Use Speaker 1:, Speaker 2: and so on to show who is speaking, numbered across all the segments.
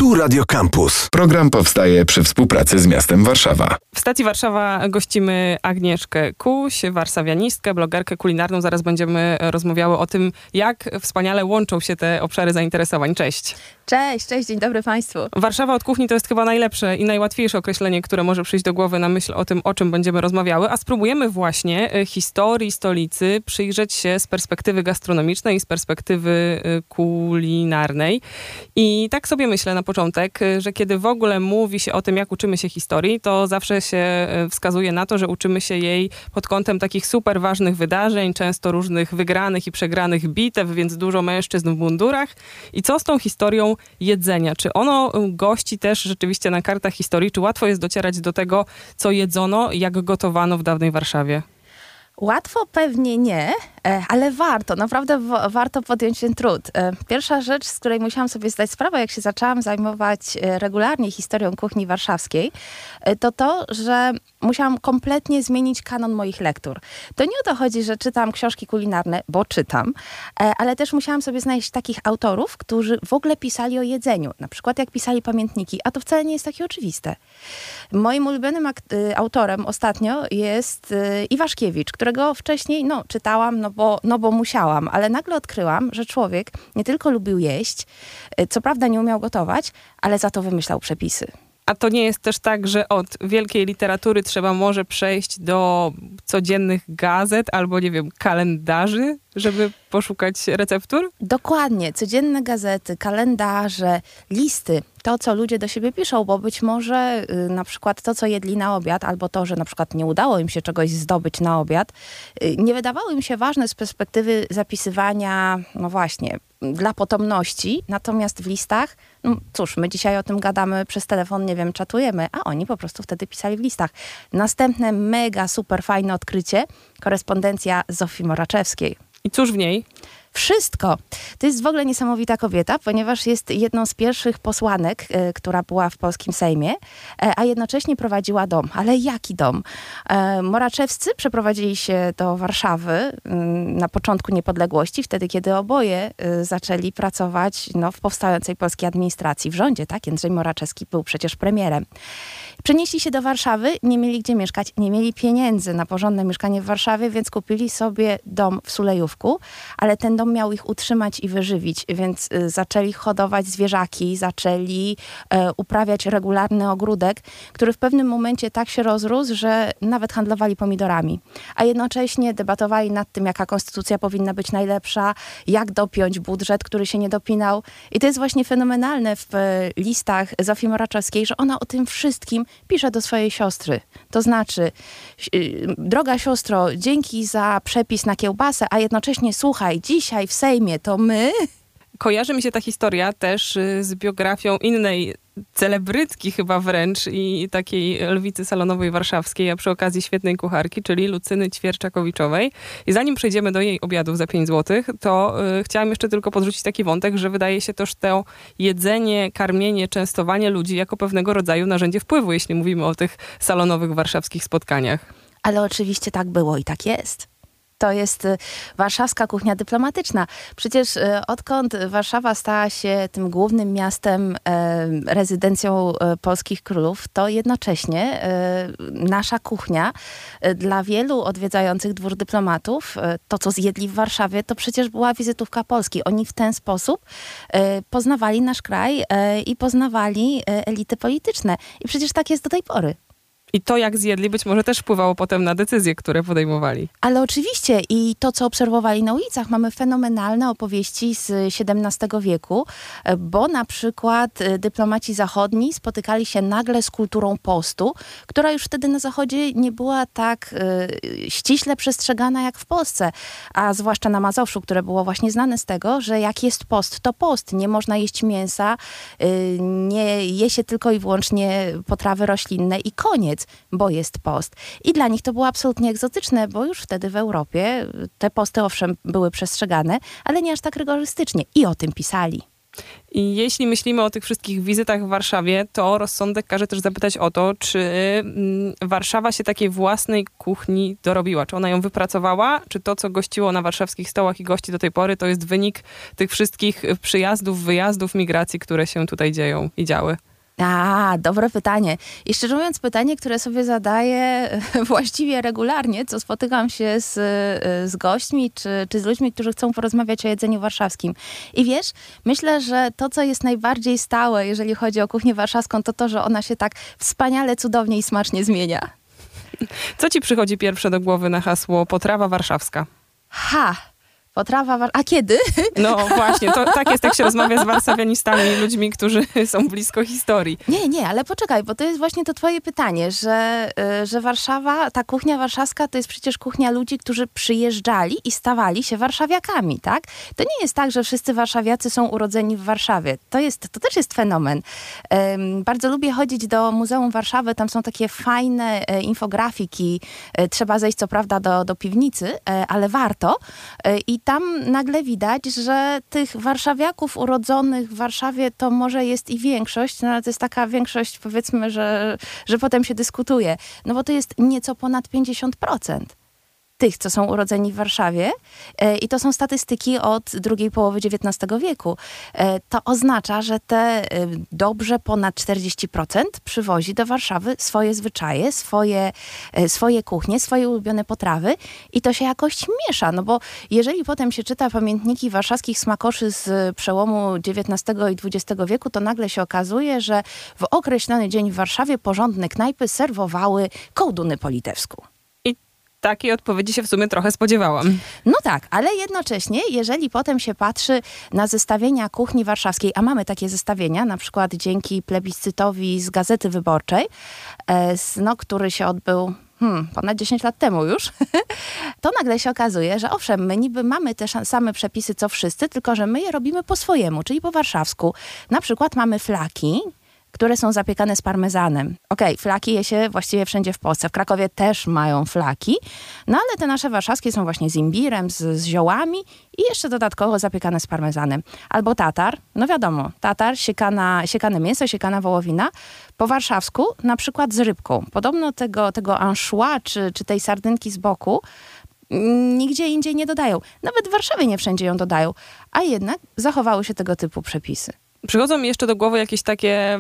Speaker 1: Tu Radio Campus.
Speaker 2: Program powstaje przy współpracy z miastem Warszawa.
Speaker 3: W stacji Warszawa gościmy Agnieszkę Kuś, warszawianistkę, blogerkę kulinarną. Zaraz będziemy rozmawiały o tym, jak wspaniale łączą się te obszary zainteresowań. Cześć.
Speaker 4: Cześć, dzień dobry Państwu.
Speaker 3: Warszawa od kuchni to jest chyba najlepsze i najłatwiejsze określenie, które może przyjść do głowy na myśl o tym, o czym będziemy rozmawiały, a spróbujemy właśnie historii stolicy przyjrzeć się z perspektywy gastronomicznej i z perspektywy kulinarnej. I tak sobie myślę na początek, że kiedy w ogóle mówi się o tym, jak uczymy się historii, to zawsze się wskazuje na to, że uczymy się jej pod kątem takich super ważnych wydarzeń, często różnych wygranych i przegranych bitew, więc dużo mężczyzn w mundurach. I co z tą historią jedzenia? Czy ono gości też rzeczywiście na kartach historii? Czy łatwo jest docierać do tego, co jedzono, jak gotowano w dawnej Warszawie?
Speaker 4: Łatwo pewnie nie, ale warto, naprawdę warto podjąć ten trud. Pierwsza rzecz, z której musiałam sobie zdać sprawę, jak się zaczęłam zajmować regularnie historią kuchni warszawskiej, to to, że musiałam kompletnie zmienić kanon moich lektur. To nie o to chodzi, że czytam książki kulinarne, bo czytam, ale też musiałam sobie znaleźć takich autorów, którzy w ogóle pisali o jedzeniu. Na przykład jak pisali pamiętniki, a to wcale nie jest takie oczywiste. Moim ulubionym autorem ostatnio jest Iwaszkiewicz, którego wcześniej czytałam, bo musiałam, ale nagle odkryłam, że człowiek nie tylko lubił jeść, co prawda nie umiał gotować, ale za to wymyślał przepisy.
Speaker 3: A to nie jest też tak, że od wielkiej literatury trzeba może przejść do codziennych gazet albo, nie wiem, kalendarzy, żeby poszukać receptur?
Speaker 4: Dokładnie. Codzienne gazety, kalendarze, listy. To, co ludzie do siebie piszą, bo być może na przykład to, co jedli na obiad, albo to, że na przykład nie udało im się czegoś zdobyć na obiad, nie wydawało im się ważne z perspektywy zapisywania, dla potomności. Natomiast w listach, cóż, my dzisiaj o tym gadamy przez telefon, nie wiem, czatujemy, a oni po prostu wtedy pisali w listach. Następne mega, super fajne odkrycie, korespondencja Zofii Moraczewskiej.
Speaker 3: I cóż w niej?
Speaker 4: Wszystko. To jest w ogóle niesamowita kobieta, ponieważ jest jedną z pierwszych posłanek, która była w polskim Sejmie, a jednocześnie prowadziła dom. Ale jaki dom? Moraczewscy przeprowadzili się do Warszawy na początku niepodległości, wtedy kiedy oboje zaczęli pracować w powstającej polskiej administracji, w rządzie, tak? Jędrzej Moraczewski był przecież premierem. Przenieśli się do Warszawy, nie mieli gdzie mieszkać, nie mieli pieniędzy na porządne mieszkanie w Warszawie, więc kupili sobie dom w Sulejówku, ale ten dom miał ich utrzymać i wyżywić, więc zaczęli hodować zwierzaki, zaczęli uprawiać regularny ogródek, który w pewnym momencie tak się rozrósł, że nawet handlowali pomidorami. A jednocześnie debatowali nad tym, jaka konstytucja powinna być najlepsza, jak dopiąć budżet, który się nie dopinał. I to jest właśnie fenomenalne w listach Zofii Moraczewskiej, że ona o tym wszystkim pisze do swojej siostry. To znaczy, droga siostro, dzięki za przepis na kiełbasę, a jednocześnie słuchaj, dzisiaj w Sejmie to my...
Speaker 3: Kojarzy mi się ta historia też z biografią innej celebrytki chyba wręcz i takiej lwicy salonowej warszawskiej, a przy okazji świetnej kucharki, czyli Lucyny Ćwierczakowiczowej. I zanim przejdziemy do jej obiadów za 5 zł, to chciałam jeszcze tylko podrzucić taki wątek, że wydaje się też to jedzenie, karmienie, częstowanie ludzi jako pewnego rodzaju narzędzie wpływu, jeśli mówimy o tych salonowych warszawskich spotkaniach.
Speaker 4: Ale oczywiście tak było i tak jest. To jest warszawska kuchnia dyplomatyczna. Przecież odkąd Warszawa stała się tym głównym miastem, rezydencją polskich królów, to jednocześnie nasza kuchnia dla wielu odwiedzających dwór dyplomatów, to co zjedli w Warszawie, to przecież była wizytówka Polski. Oni w ten sposób poznawali nasz kraj i poznawali elity polityczne. I przecież tak jest do tej pory.
Speaker 3: I to, jak zjedli, być może też wpływało potem na decyzje, które podejmowali.
Speaker 4: Ale oczywiście i to, co obserwowali na ulicach, mamy fenomenalne opowieści z XVII wieku, bo na przykład dyplomaci zachodni spotykali się nagle z kulturą postu, która już wtedy na Zachodzie nie była tak ściśle przestrzegana jak w Polsce, a zwłaszcza na Mazowszu, które było właśnie znane z tego, że jak jest post, to post. Nie można jeść mięsa, nie je się tylko i wyłącznie potrawy roślinne i koniec, bo jest post. I dla nich to było absolutnie egzotyczne, bo już wtedy w Europie te posty owszem były przestrzegane, ale nie aż tak rygorystycznie. I o tym pisali.
Speaker 3: I jeśli myślimy o tych wszystkich wizytach w Warszawie, to rozsądek każe też zapytać o to, czy Warszawa się takiej własnej kuchni dorobiła. Czy ona ją wypracowała, czy to, co gościło na warszawskich stołach i gości do tej pory, to jest wynik tych wszystkich przyjazdów, wyjazdów, migracji, które się tutaj dzieją i działy.
Speaker 4: Dobre pytanie. I szczerze mówiąc, pytanie, które sobie zadaję właściwie regularnie, co spotykam się z gośćmi, czy z ludźmi, którzy chcą porozmawiać o jedzeniu warszawskim. I wiesz, myślę, że to, co jest najbardziej stałe, jeżeli chodzi o kuchnię warszawską, to to, że ona się tak wspaniale, cudownie i smacznie zmienia.
Speaker 3: Co ci przychodzi pierwsze do głowy na hasło potrawa warszawska?
Speaker 4: A kiedy?
Speaker 3: No właśnie, to tak jest, jak się rozmawia z warszawianistami, ludźmi, którzy są blisko historii.
Speaker 4: Nie, ale poczekaj, bo to jest właśnie to twoje pytanie, że Warszawa, ta kuchnia warszawska to jest przecież kuchnia ludzi, którzy przyjeżdżali i stawali się warszawiakami, tak? To nie jest tak, że wszyscy warszawiacy są urodzeni w Warszawie. To też jest fenomen. Bardzo lubię chodzić do Muzeum Warszawy, tam są takie fajne infografiki. Trzeba zejść co prawda do piwnicy, ale warto. I tam nagle widać, że tych warszawiaków urodzonych w Warszawie to może jest i większość, no ale to jest taka większość, powiedzmy, że potem się dyskutuje. No bo to jest nieco ponad 50% tych, co są urodzeni w Warszawie i to są statystyki od drugiej połowy XIX wieku. To oznacza, że te dobrze ponad 40% przywozi do Warszawy swoje zwyczaje, swoje kuchnie, swoje ulubione potrawy i to się jakoś miesza, no bo jeżeli potem się czyta pamiętniki warszawskich smakoszy z przełomu XIX i XX wieku, to nagle się okazuje, że w określony dzień w Warszawie porządne knajpy serwowały kołduny po litewsku.
Speaker 3: Takiej odpowiedzi się w sumie trochę spodziewałam.
Speaker 4: No tak, ale jednocześnie, jeżeli potem się patrzy na zestawienia kuchni warszawskiej, a mamy takie zestawienia, na przykład dzięki plebiscytowi z Gazety Wyborczej, który się odbył ponad 10 lat temu już, to nagle się okazuje, że owszem, my niby mamy te same przepisy co wszyscy, tylko że my je robimy po swojemu, czyli po warszawsku. Na przykład mamy flaki, które są zapiekane z parmezanem. Flaki je się właściwie wszędzie w Polsce. W Krakowie też mają flaki, no ale te nasze warszawskie są właśnie z imbirem, z ziołami i jeszcze dodatkowo zapiekane z parmezanem. Albo tatar, no wiadomo, tatar, siekane mięso, siekana wołowina, po warszawsku na przykład z rybką. Podobno tego anchois czy tej sardynki z boku nigdzie indziej nie dodają. Nawet w Warszawie nie wszędzie ją dodają, a jednak zachowały się tego typu przepisy.
Speaker 3: Przychodzą mi jeszcze do głowy jakieś takie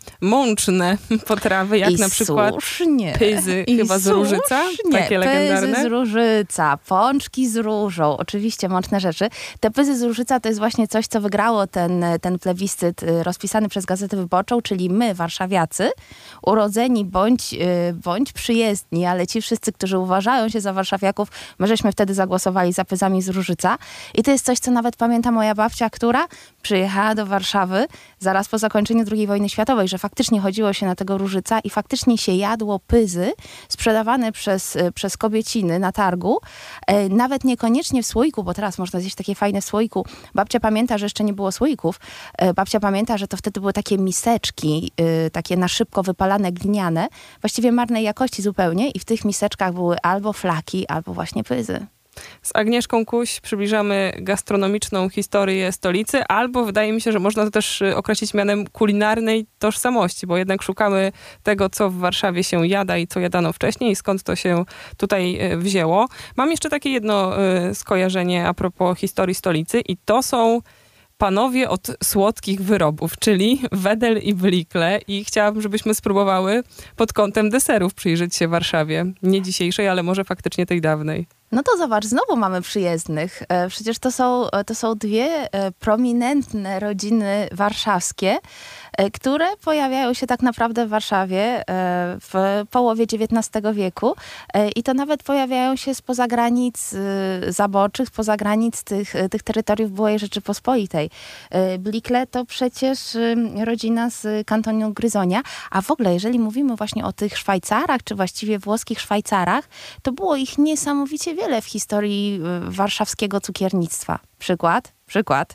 Speaker 3: mączne potrawy, jak na przykład pyzy chyba z Różyca, takie legendarne.
Speaker 4: Pyzy z Różyca, pączki z różą, oczywiście mączne rzeczy. Te pyzy z Różyca to jest właśnie coś, co wygrało ten plebiscyt rozpisany przez Gazetę Wyborczą, czyli my, warszawiacy, urodzeni bądź przyjezdni, ale ci wszyscy, którzy uważają się za warszawiaków, my żeśmy wtedy zagłosowali za pyzami z Różyca. I to jest coś, co nawet pamięta moja babcia, która przyjechała do Warszawy zaraz po zakończeniu II wojny światowej, że faktycznie chodziło się na tego Różyca i faktycznie się jadło pyzy sprzedawane przez kobieciny na targu, nawet niekoniecznie w słoiku, bo teraz można zjeść takie fajne w słoiku. Babcia pamięta, że jeszcze nie było słoików. Babcia pamięta, że to wtedy były takie miseczki, takie na szybko wypalane, gliniane, właściwie marnej jakości zupełnie i w tych miseczkach były albo flaki, albo właśnie pyzy.
Speaker 3: Z Agnieszką Kuś przybliżamy gastronomiczną historię stolicy, albo wydaje mi się, że można to też określić mianem kulinarnej tożsamości, bo jednak szukamy tego, co w Warszawie się jada i co jadano wcześniej i skąd to się tutaj wzięło. Mam jeszcze takie jedno skojarzenie a propos historii stolicy i to są panowie od słodkich wyrobów, czyli Wedel i Blikle i chciałabym, żebyśmy spróbowały pod kątem deserów przyjrzeć się Warszawie. Nie dzisiejszej, ale może faktycznie tej dawnej.
Speaker 4: No to zobacz, znowu mamy przyjezdnych. Przecież to są dwie prominentne rodziny warszawskie, które pojawiają się tak naprawdę w Warszawie w połowie XIX wieku i to nawet pojawiają się spoza granic zaborczych, spoza granic tych terytoriów byłej Rzeczypospolitej. Blikle to przecież rodzina z kantonu Gryzonia, a w ogóle jeżeli mówimy właśnie o tych Szwajcarach, czy właściwie włoskich Szwajcarach, to było ich niesamowicie wiele w historii warszawskiego cukiernictwa. Przykład.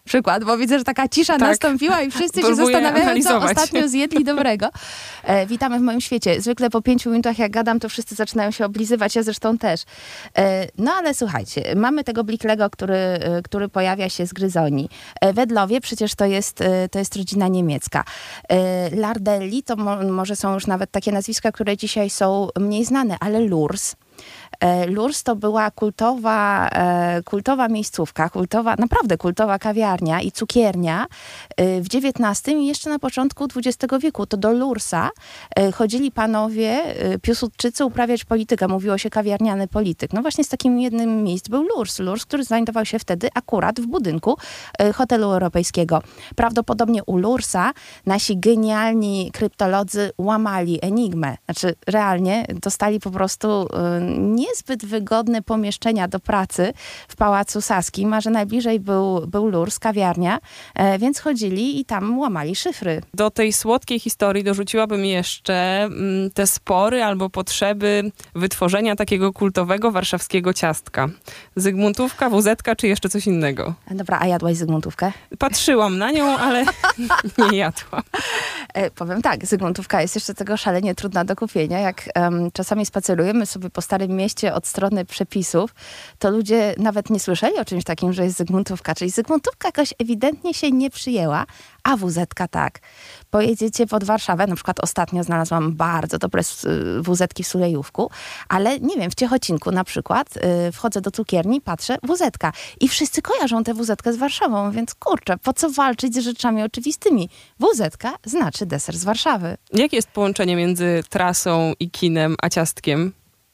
Speaker 4: przykład, bo widzę, że taka cisza nastąpiła i wszyscy się
Speaker 3: Próbuję
Speaker 4: zastanawiają,
Speaker 3: analizować.
Speaker 4: co ostatnio zjedli dobrego. Witamy w moim świecie. Zwykle po 5 minutach, jak gadam, to wszyscy zaczynają się oblizywać, ja zresztą też. No ale słuchajcie, mamy tego Bliklego, który pojawia się z gryzoni. Wedlowie przecież to jest rodzina niemiecka. Lardelli to może są już nawet takie nazwiska, które dzisiaj są mniej znane, ale Lurs. Lurs to była kultowa miejscówka, naprawdę kultowa kawiarnia i cukiernia w XIX i jeszcze na początku XX wieku. To do Lursa chodzili panowie piłsudczycy uprawiać politykę. Mówiło się kawiarniany polityk. No właśnie z takim jednym miejsc był Lurs, który znajdował się wtedy akurat w budynku hotelu europejskiego. Prawdopodobnie u Lursa nasi genialni kryptolodzy łamali enigmę. Znaczy realnie dostali po prostu niezbyt wygodne pomieszczenia do pracy w Pałacu Saskim, a że najbliżej był Lurs, kawiarnia, więc chodzili i tam łamali szyfry.
Speaker 3: Do tej słodkiej historii dorzuciłabym jeszcze te spory albo potrzeby wytworzenia takiego kultowego warszawskiego ciastka. Zygmuntówka, wuzetka czy jeszcze coś innego?
Speaker 4: Dobra, a jadłaś Zygmuntówkę?
Speaker 3: Patrzyłam na nią, ale nie jadłam.
Speaker 4: Powiem tak, Zygmuntówka jest jeszcze tego szalenie trudna do kupienia. Jak czasami spacerujemy sobie po Starym Mieście od strony przepisów, to ludzie nawet nie słyszeli o czymś takim, że jest Zygmuntówka. Czyli Zygmuntówka jakoś ewidentnie się nie przyjęła, a wuzetka tak. Pojedziecie pod Warszawę, na przykład ostatnio znalazłam bardzo dobre wuzetki w Sulejówku, ale nie wiem, w Ciechocinku na przykład wchodzę do cukierni, patrzę, wuzetka. I wszyscy kojarzą tę wuzetkę z Warszawą, więc kurczę, po co walczyć z rzeczami oczywistymi? Wuzetka znaczy deser z Warszawy.
Speaker 3: Jakie jest połączenie między trasą i kinem, a ciastkiem?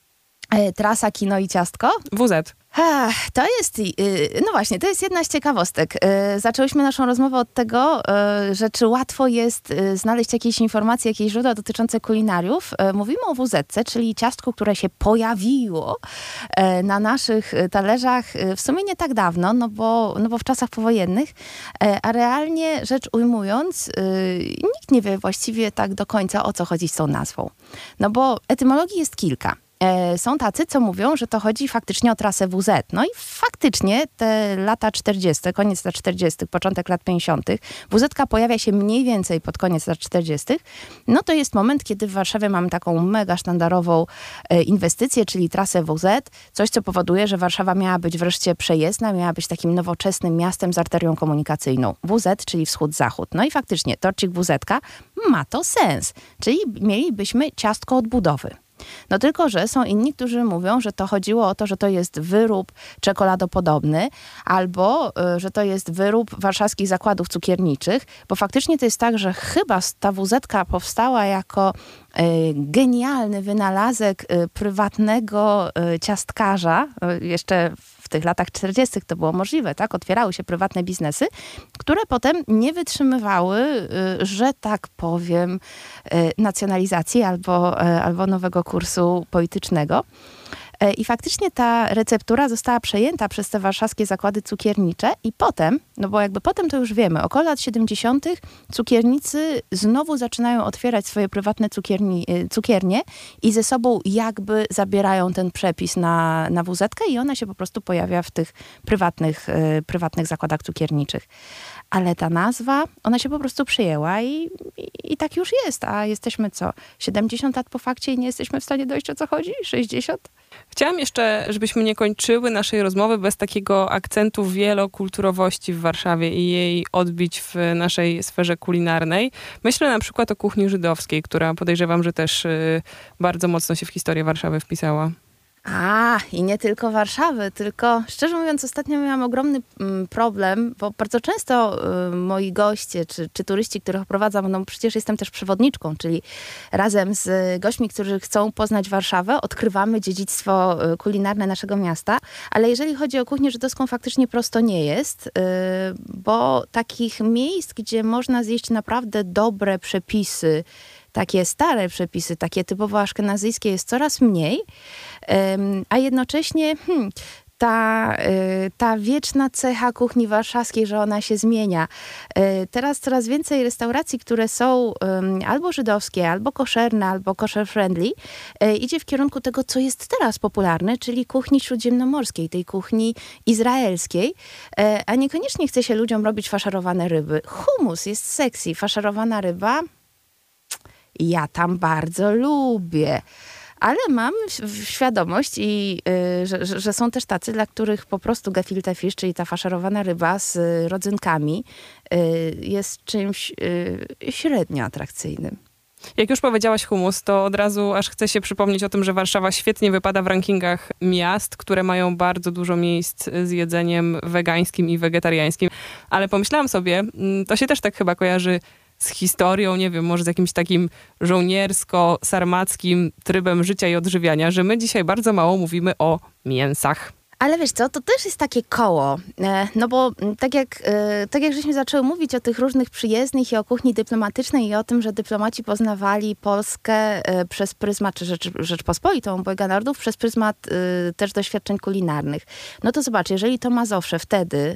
Speaker 4: Trasa, kino i ciastko?
Speaker 3: WZ.
Speaker 4: To jest, no właśnie, to jest jedna z ciekawostek. Zaczęłyśmy naszą rozmowę od tego, że czy łatwo jest znaleźć jakieś informacje, jakieś źródła dotyczące kulinariów. Mówimy o wuzetce, czyli ciastku, które się pojawiło na naszych talerzach w sumie nie tak dawno, no bo w czasach powojennych, a realnie rzecz ujmując, nikt nie wie właściwie tak do końca, o co chodzi z tą nazwą. No bo etymologii jest kilka. Są tacy, co mówią, że to chodzi faktycznie o trasę WZ. No i faktycznie te lata 40., koniec lat 40., początek lat 50., WZ-ka pojawia się mniej więcej pod koniec lat 40., no to jest moment, kiedy w Warszawie mamy taką mega sztandarową inwestycję, czyli trasę WZ, coś, co powoduje, że Warszawa miała być wreszcie przejezdna, miała być takim nowoczesnym miastem z arterią komunikacyjną. WZ, czyli wschód-zachód. No i faktycznie torcik WZ-ka ma to sens, czyli mielibyśmy ciastko odbudowy. No tylko, że są inni, którzy mówią, że to chodziło o to, że to jest wyrób czekoladopodobny albo, że to jest wyrób warszawskich zakładów cukierniczych, bo faktycznie to jest tak, że chyba ta wuzetka powstała jako genialny wynalazek prywatnego ciastkarza. Jeszcze w tych latach 40. to było możliwe, tak? Otwierały się prywatne biznesy, które potem nie wytrzymywały, że tak powiem, nacjonalizacji albo nowego kursu politycznego. I faktycznie ta receptura została przejęta przez te warszawskie zakłady cukiernicze i potem, no bo jakby potem to już wiemy, około lat 70. cukiernicy znowu zaczynają otwierać swoje prywatne cukiernie i ze sobą jakby zabierają ten przepis na wuzetkę i ona się po prostu pojawia w tych prywatnych zakładach cukierniczych. Ale ta nazwa, ona się po prostu przyjęła i tak już jest. A jesteśmy 70 lat po fakcie i nie jesteśmy w stanie dojść, o co chodzi? 60?
Speaker 3: Chciałam jeszcze, żebyśmy nie kończyły naszej rozmowy bez takiego akcentu wielokulturowości w Warszawie i jej odbić w naszej sferze kulinarnej. Myślę na przykład o kuchni żydowskiej, która podejrzewam, że też bardzo mocno się w historię Warszawy wpisała.
Speaker 4: I nie tylko Warszawy, tylko szczerze mówiąc ostatnio miałam ogromny problem, bo bardzo często moi goście czy turyści, których oprowadzam, no przecież jestem też przewodniczką, czyli razem z gośćmi, którzy chcą poznać Warszawę, odkrywamy dziedzictwo kulinarne naszego miasta, ale jeżeli chodzi o kuchnię żydowską, faktycznie prosto nie jest, bo takich miejsc, gdzie można zjeść naprawdę dobre przepisy, takie stare przepisy, takie typowo aszkenazyjskie jest coraz mniej, a jednocześnie ta wieczna cecha kuchni warszawskiej, że ona się zmienia. Teraz coraz więcej restauracji, które są albo żydowskie, albo koszerne, albo kosher friendly, idzie w kierunku tego, co jest teraz popularne, czyli kuchni śródziemnomorskiej, tej kuchni izraelskiej, a niekoniecznie chce się ludziom robić faszerowane ryby. Hummus jest sexy, faszerowana ryba ja tam bardzo lubię. Ale mam świadomość, że są też tacy, dla których po prostu gefilte fish, czyli ta faszerowana ryba z rodzynkami, jest czymś średnio atrakcyjnym.
Speaker 3: Jak już powiedziałaś hummus, to od razu aż chce się przypomnieć o tym, że Warszawa świetnie wypada w rankingach miast, które mają bardzo dużo miejsc z jedzeniem wegańskim i wegetariańskim. Ale pomyślałam sobie, to się też tak chyba kojarzy z historią, nie wiem, może z jakimś takim żołniersko-sarmackim trybem życia i odżywiania, że my dzisiaj bardzo mało mówimy o mięsach.
Speaker 4: Ale wiesz co, to też jest takie koło, no bo tak jak żeśmy zaczęły mówić o tych różnych przyjezdnych i o kuchni dyplomatycznej i o tym, że dyplomaci poznawali Polskę przez pryzmat, czy Rzeczpospolitą, obojga narodów, przez pryzmat też doświadczeń kulinarnych. No to zobacz, jeżeli to Mazowsze wtedy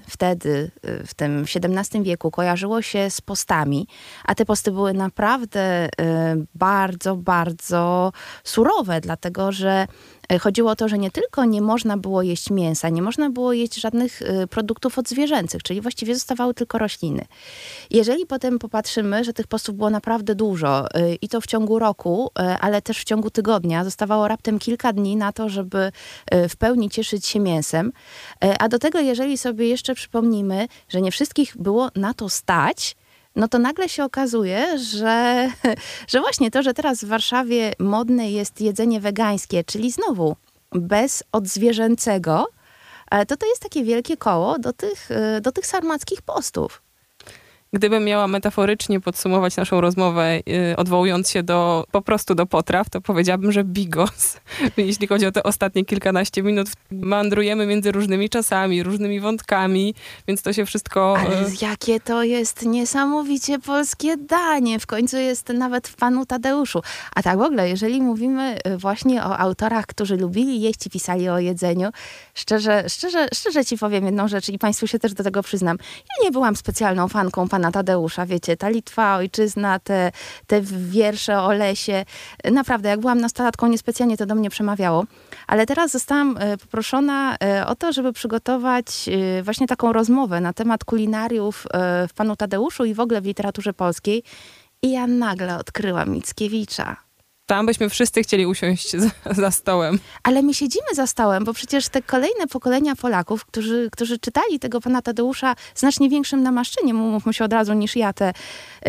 Speaker 4: w tym XVII wieku kojarzyło się z postami, a te posty były naprawdę bardzo, bardzo surowe, dlatego że chodziło o to, że nie tylko nie można było jeść mięsa, nie można było jeść żadnych produktów odzwierzęcych, czyli właściwie zostawały tylko rośliny. Jeżeli potem popatrzymy, że tych postów było naprawdę dużo i to w ciągu roku, ale też w ciągu tygodnia, zostawało raptem kilka dni na to, żeby w pełni cieszyć się mięsem. A do tego, jeżeli sobie jeszcze przypomnimy, że nie wszystkich było na to stać, no to nagle się okazuje, że właśnie to, że teraz w Warszawie modne jest jedzenie wegańskie, czyli znowu bez odzwierzęcego, to jest takie wielkie koło do tych sarmackich postów.
Speaker 3: Gdybym miała metaforycznie podsumować naszą rozmowę, odwołując się po prostu do potraw, to powiedziałabym, że bigos. Jeśli chodzi o te ostatnie kilkanaście minut, mandrujemy między różnymi czasami, różnymi wątkami, więc to się wszystko...
Speaker 4: Ale jakie to jest niesamowicie polskie danie. W końcu jest nawet w Panu Tadeuszu. A tak w ogóle, jeżeli mówimy właśnie o autorach, którzy lubili jeść i pisali o jedzeniu, szczerze ci powiem jedną rzecz i państwu się też do tego przyznam. Ja nie byłam specjalną fanką Pana Tadeusza, wiecie, ta Litwa, ojczyzna, te wiersze o lesie. Naprawdę, jak byłam nastolatką, niespecjalnie to do mnie przemawiało. Ale teraz zostałam poproszona o to, żeby przygotować właśnie taką rozmowę na temat kulinariów w Panu Tadeuszu i w ogóle w literaturze polskiej. I ja nagle odkryłam Mickiewicza.
Speaker 3: Tam byśmy wszyscy chcieli usiąść za stołem.
Speaker 4: Ale my siedzimy za stołem, bo przecież te kolejne pokolenia Polaków, którzy czytali tego Pana Tadeusza znacznie większym namaszczeniem, mówmy się od razu, niż ja te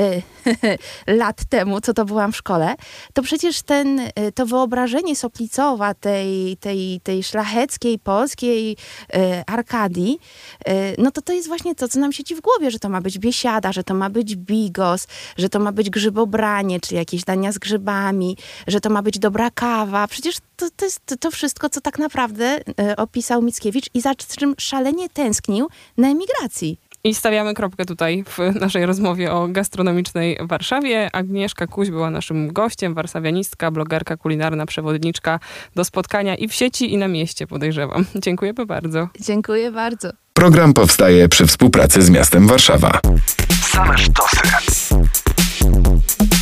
Speaker 4: lat temu, co to byłam w szkole, to przecież to wyobrażenie Soplicowa, tej szlacheckiej, polskiej Arkadii, no to jest właśnie to, co nam siedzi w głowie, że to ma być biesiada, że to ma być bigos, że to ma być grzybobranie, czyli jakieś dania z grzybami, że to ma być dobra kawa. Przecież to jest to wszystko, co tak naprawdę opisał Mickiewicz i za czym szalenie tęsknił na emigracji.
Speaker 3: I stawiamy kropkę tutaj w naszej rozmowie o gastronomicznej Warszawie. Agnieszka Kuś była naszym gościem, warszawianistka, blogerka kulinarna, przewodniczka do spotkania i w sieci, i na mieście, podejrzewam. Dziękujemy bardzo.
Speaker 4: Dziękuję bardzo.
Speaker 2: Program powstaje przy współpracy z miastem Warszawa.
Speaker 1: Same sztosy.